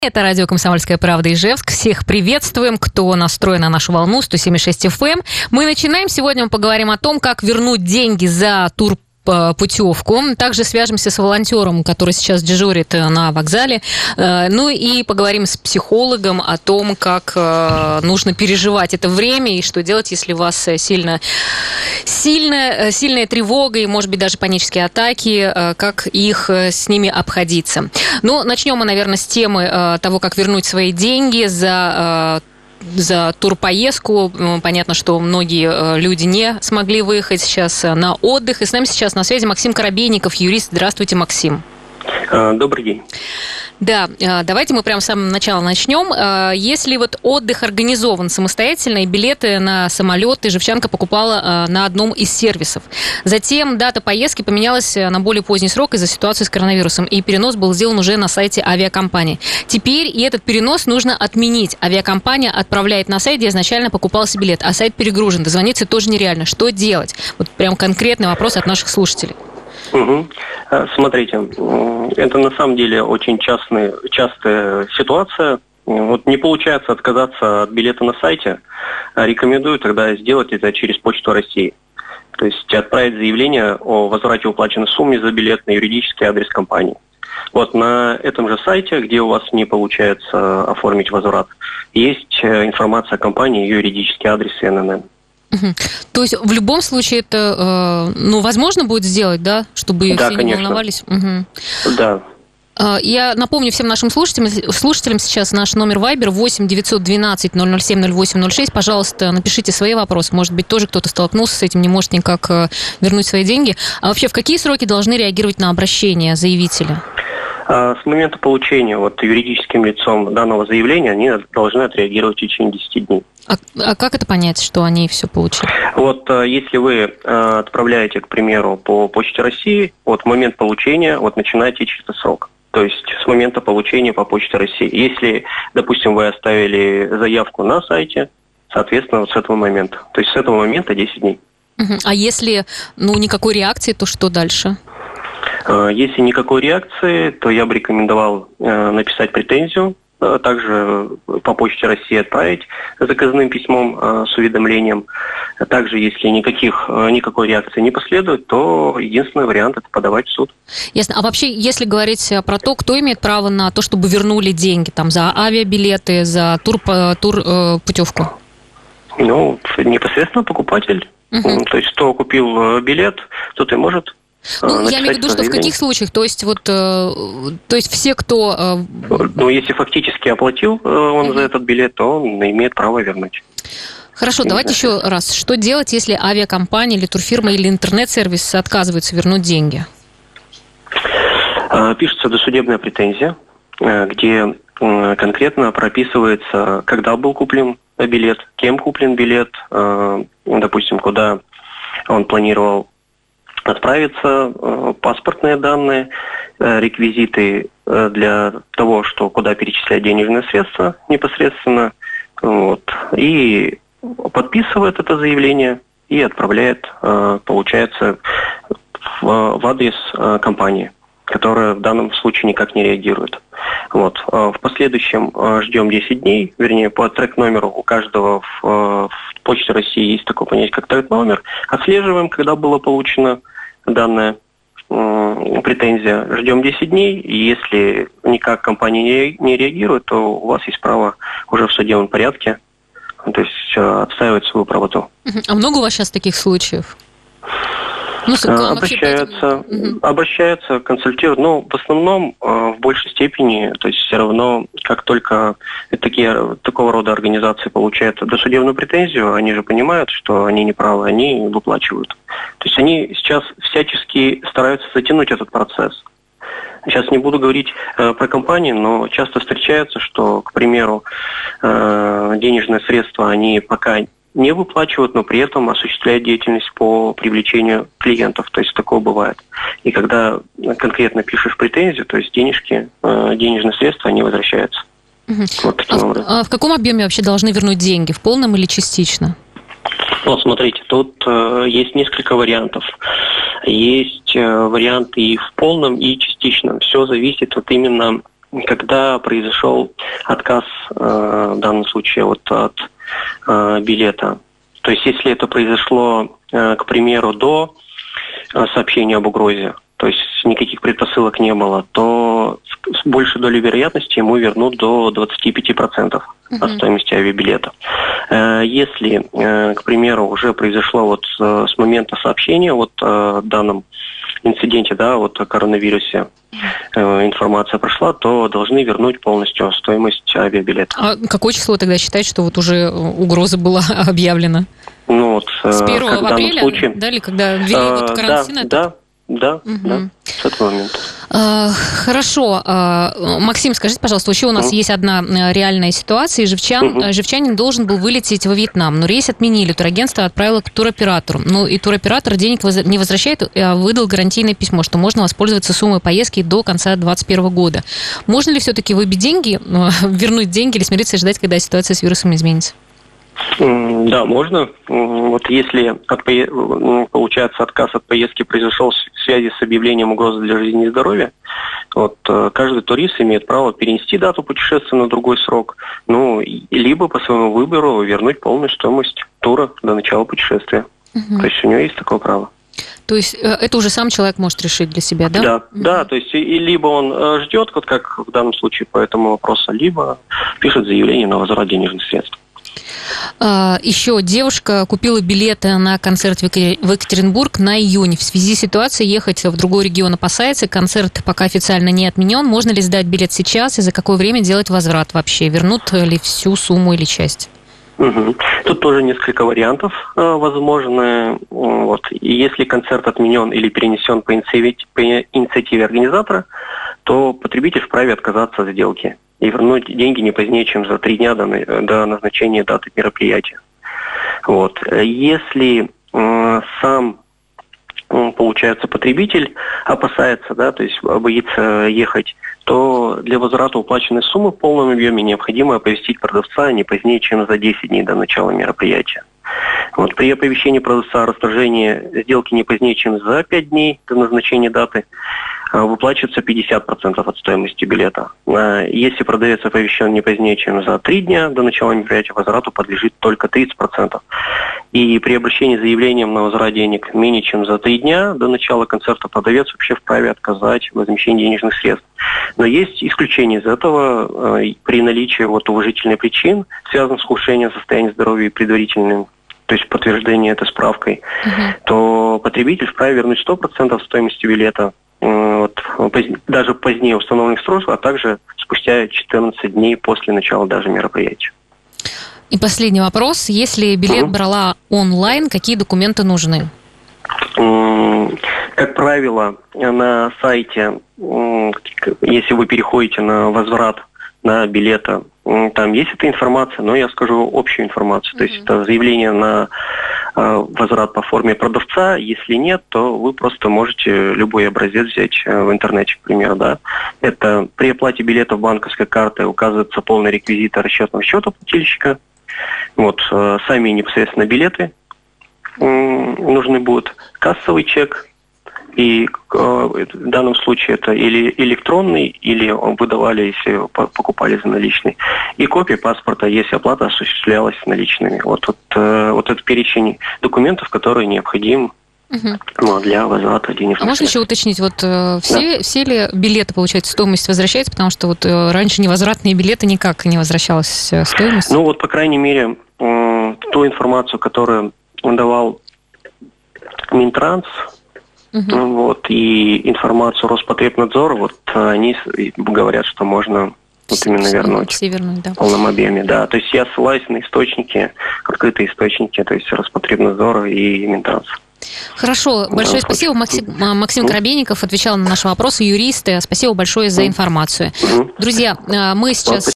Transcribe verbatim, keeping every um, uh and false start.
Это радио «Комсомольская правда» Ижевск. Всех приветствуем, кто настроен на нашу волну сто семь и шесть эф эм. Мы начинаем. Сегодня мы поговорим о том, как вернуть деньги за тур путевку. Также свяжемся с волонтером, который сейчас дежурит на вокзале. Ну и поговорим с психологом о том, как нужно переживать это время и что делать, если у вас сильно, сильно, сильная тревога и, может быть, даже панические атаки, как их с ними обходиться. Ну, начнем мы, наверное, с темы того, как вернуть свои деньги за за турпоездку. Понятно, что многие люди не смогли выехать сейчас на отдых. И с нами сейчас на связи Максим Коробейников, юрист. Здравствуйте, Максим. Добрый день. Да, давайте мы прямо с самого начала начнем. Если вот отдых организован самостоятельно, и билеты на самолет Ижевчанка покупала на одном из сервисов. Затем дата поездки поменялась на более поздний срок из-за ситуации с коронавирусом, и перенос был сделан уже на сайте авиакомпании. Теперь и этот перенос нужно отменить. Авиакомпания отправляет на сайт, где изначально покупался билет, а сайт перегружен. Дозвониться тоже нереально. Что делать? Вот прям конкретный вопрос от наших слушателей. Угу. Смотрите, это на самом деле очень частная, частая ситуация. Вот не получается отказаться от билета на сайте, рекомендую тогда сделать это через Почту России. То есть отправить заявление о возврате уплаченной суммы за билет на юридический адрес компании. Вот на этом же сайте, где у вас не получается оформить возврат, есть информация о компании, ее юридический адрес и эн эн эн. Угу. То есть в любом случае это, э, ну, возможно будет сделать, да, чтобы да, все конечно. не волновались? Угу. Да. Я напомню всем нашим слушателям, слушателям сейчас наш номер Viber восемь девятьсот двенадцать ноль ноль семь ноль восемь ноль шесть. Пожалуйста, напишите свои вопросы. Может быть, тоже кто-то столкнулся с этим, не может никак вернуть свои деньги. А вообще, в какие сроки должны реагировать на обращение заявителя? С момента получения вот, юридическим лицом данного заявления они должны отреагировать в течение десяти дней. А, а как это понять, что они все получили? Вот если вы отправляете, к примеру, по Почте России, вот в момент получения вот, начинает течь этот срок. То есть с момента получения по Почте России. Если, допустим, вы оставили заявку на сайте, соответственно, вот с этого момента. То есть с этого момента десять дней. Uh-huh. А если ну, никакой реакции, то что дальше? Если никакой реакции, то я бы рекомендовал написать претензию, также по Почте России отправить заказным письмом с уведомлением. Также, если никаких, никакой реакции не последует, то единственный вариант – это подавать в суд. Ясно. А вообще, если говорить про то, кто имеет право на то, чтобы вернули деньги там, за авиабилеты, за тур, тур, э, путевку? Ну, непосредственно покупатель. Uh-huh. То есть, кто купил билет, тот и может. Ну, я имею в виду, что в каких случаях? То есть, вот, э, то есть все, кто... Э... Ну, если фактически оплатил э, он uh-huh. за этот билет, то он имеет право вернуть. Хорошо, давайте еще раз. Что делать, если авиакомпания или турфирма или интернет-сервис отказываются вернуть деньги? Пишется досудебная претензия, где конкретно прописывается, когда был куплен билет, кем куплен билет, допустим, куда он планировал отправиться, паспортные данные, реквизиты для того, что куда перечислять денежные средства непосредственно, вот, и подписывает это заявление и отправляет, получается, в, в адрес компании, которая в данном случае никак не реагирует. Вот. В последующем ждем десять дней, вернее, по трек-номеру у каждого в, в Почте России есть такое понятие, как трек-номер. Отслеживаем, когда была получена данная э, претензия. Ждем десять дней, и если никак компания не реагирует, то у вас есть право уже в судебном порядке, то есть э, отстаивать свою правоту. А много у вас сейчас таких случаев? Ну, обращаются, угу. обращаются, консультируют, но в основном э, в большей степени, то есть все равно, как только такие, такого рода организации получают досудебную претензию, они же понимают, что они не правы, они выплачивают. То есть они сейчас всячески стараются затянуть этот процесс. Сейчас не буду говорить э, про компании, но часто встречается, что, к примеру, э, денежные средства, они пока не выплачивают, но при этом осуществляют деятельность по привлечению клиентов. То есть такое бывает. И когда конкретно пишешь претензию, то есть денежки, денежные средства, они возвращаются. Угу. Вот таким а образом. А в каком объеме вообще должны вернуть деньги? В полном или частично? Вот смотрите, тут э, есть несколько вариантов. Есть э, варианты и в полном, и частичном. Все зависит от именно когда произошел отказ э, в данном случае вот от э, билета. То есть если это произошло, э, к примеру, до э, сообщения об угрозе, то есть никаких предпосылок не было, то с большей долей вероятности ему вернут до двадцати пяти процентов uh-huh. от стоимости авиабилета. Если, к примеру, уже произошло вот с момента сообщения вот о данном инциденте, да, вот о коронавирусе, информация прошла, то должны вернуть полностью стоимость авиабилета. А какое число тогда считать, что вот уже угроза была объявлена? Ну вот с первого апреля, случае, да, или когда ввели а, вот карантин? Да, да. Да, угу. да, с этого момента. А, хорошо. А, Максим, скажите, пожалуйста, еще у нас угу. есть одна реальная ситуация. Живчан, угу. Живчанин должен был вылететь во Вьетнам, но рейс отменили. Турагентство отправило к туроператору. Ну и туроператор денег не возвращает, а выдал гарантийное письмо, что можно воспользоваться суммой поездки до конца две тысячи двадцать первого года. Можно ли все-таки выбить деньги, вернуть деньги или смириться и ждать, когда ситуация с вирусом изменится? Да, можно. Вот если от, получается отказ от поездки произошел в связи с объявлением угрозы для жизни и здоровья, вот каждый турист имеет право перенести дату путешествия на другой срок, ну, либо по своему выбору вернуть полную стоимость тура до начала путешествия. Угу. То есть у него есть такое право. То есть это уже сам человек может решить для себя, да? Да, угу. да, то есть и либо он ждет, вот как в данном случае по этому вопросу, либо пишет заявление на возврат денежных средств. Еще девушка купила билеты на концерт в Екатеринбург на июнь. В связи с ситуацией ехать в другой регион опасается. Концерт пока официально не отменен. Можно ли сдать билет сейчас и за какое время делать возврат вообще? Вернут ли всю сумму или часть? Угу. Тут тоже несколько вариантов э, возможны. Вот. И если концерт отменен или перенесен по инициативе, по инициативе организатора, то потребитель вправе отказаться от сделки и вернуть деньги не позднее, чем за три дня до, до назначения даты мероприятия. Вот. Если э, сам, э, получается, потребитель опасается, да, то есть боится ехать, то для возврата уплаченной суммы в полном объеме необходимо оповестить продавца не позднее, чем за десять дней до начала мероприятия. Вот. При оповещении продавца о расторжении сделки не позднее, чем за пять дней до назначения даты, выплачивается пятьдесят процентов от стоимости билета. Если продавец оповещен не позднее, чем за три дня до начала мероприятия, возврату подлежит только тридцать процентов. И при обращении с заявлением на возврат денег менее чем за три дня до начала концерта продавец вообще вправе отказать в возмещении денежных средств. Но есть исключение из этого при наличии вот уважительных причин, связанных с ухудшением состояния здоровья и предварительным, то есть подтверждение этой справкой, uh-huh. то потребитель вправе вернуть сто процентов стоимости билета, вот, даже позднее установленных сроков, а также спустя четырнадцать дней после начала даже мероприятия. И последний вопрос. Если билет угу. брала онлайн, какие документы нужны? Как правило, на сайте, если вы переходите на возврат на билета, там есть эта информация, но я скажу общую информацию. Mm-hmm. То есть это заявление на э, возврат по форме продавца. Если нет, то вы просто можете любой образец взять э, в интернете, к примеру, да. Это при оплате билета банковской картой указываются полные реквизиты расчетного счета плательщика. Вот, э, сами непосредственно билеты э, нужны будут, кассовый чек. И э, в данном случае это или электронный, или выдавали, если покупали за наличный. И копия паспорта, если оплата осуществлялась наличными. Вот, вот, э, вот этот перечень документов, которые необходим угу. ну, для возврата денежных А можно еще уточнить, вот э, все, да. все ли билеты, получается, стоимость возвращается? Потому что вот э, раньше невозвратные билеты никак не возвращалась э, стоимость. Ну вот, по крайней мере, э, ту информацию, которую он давал Минтранс, Uh-huh. вот, и информацию Роспотребнадзора, вот они говорят, что можно вот именно все, вернуть, все вернуть да. в полном объеме. Да. То есть я ссылаюсь на источники, открытые источники, то есть Роспотребнадзора и Минтранс. Хорошо, большое да, спасибо. Максим, Максим Коробейников отвечал на наши вопросы, юристы. Спасибо большое за информацию. Uh-huh. Друзья, мы сейчас...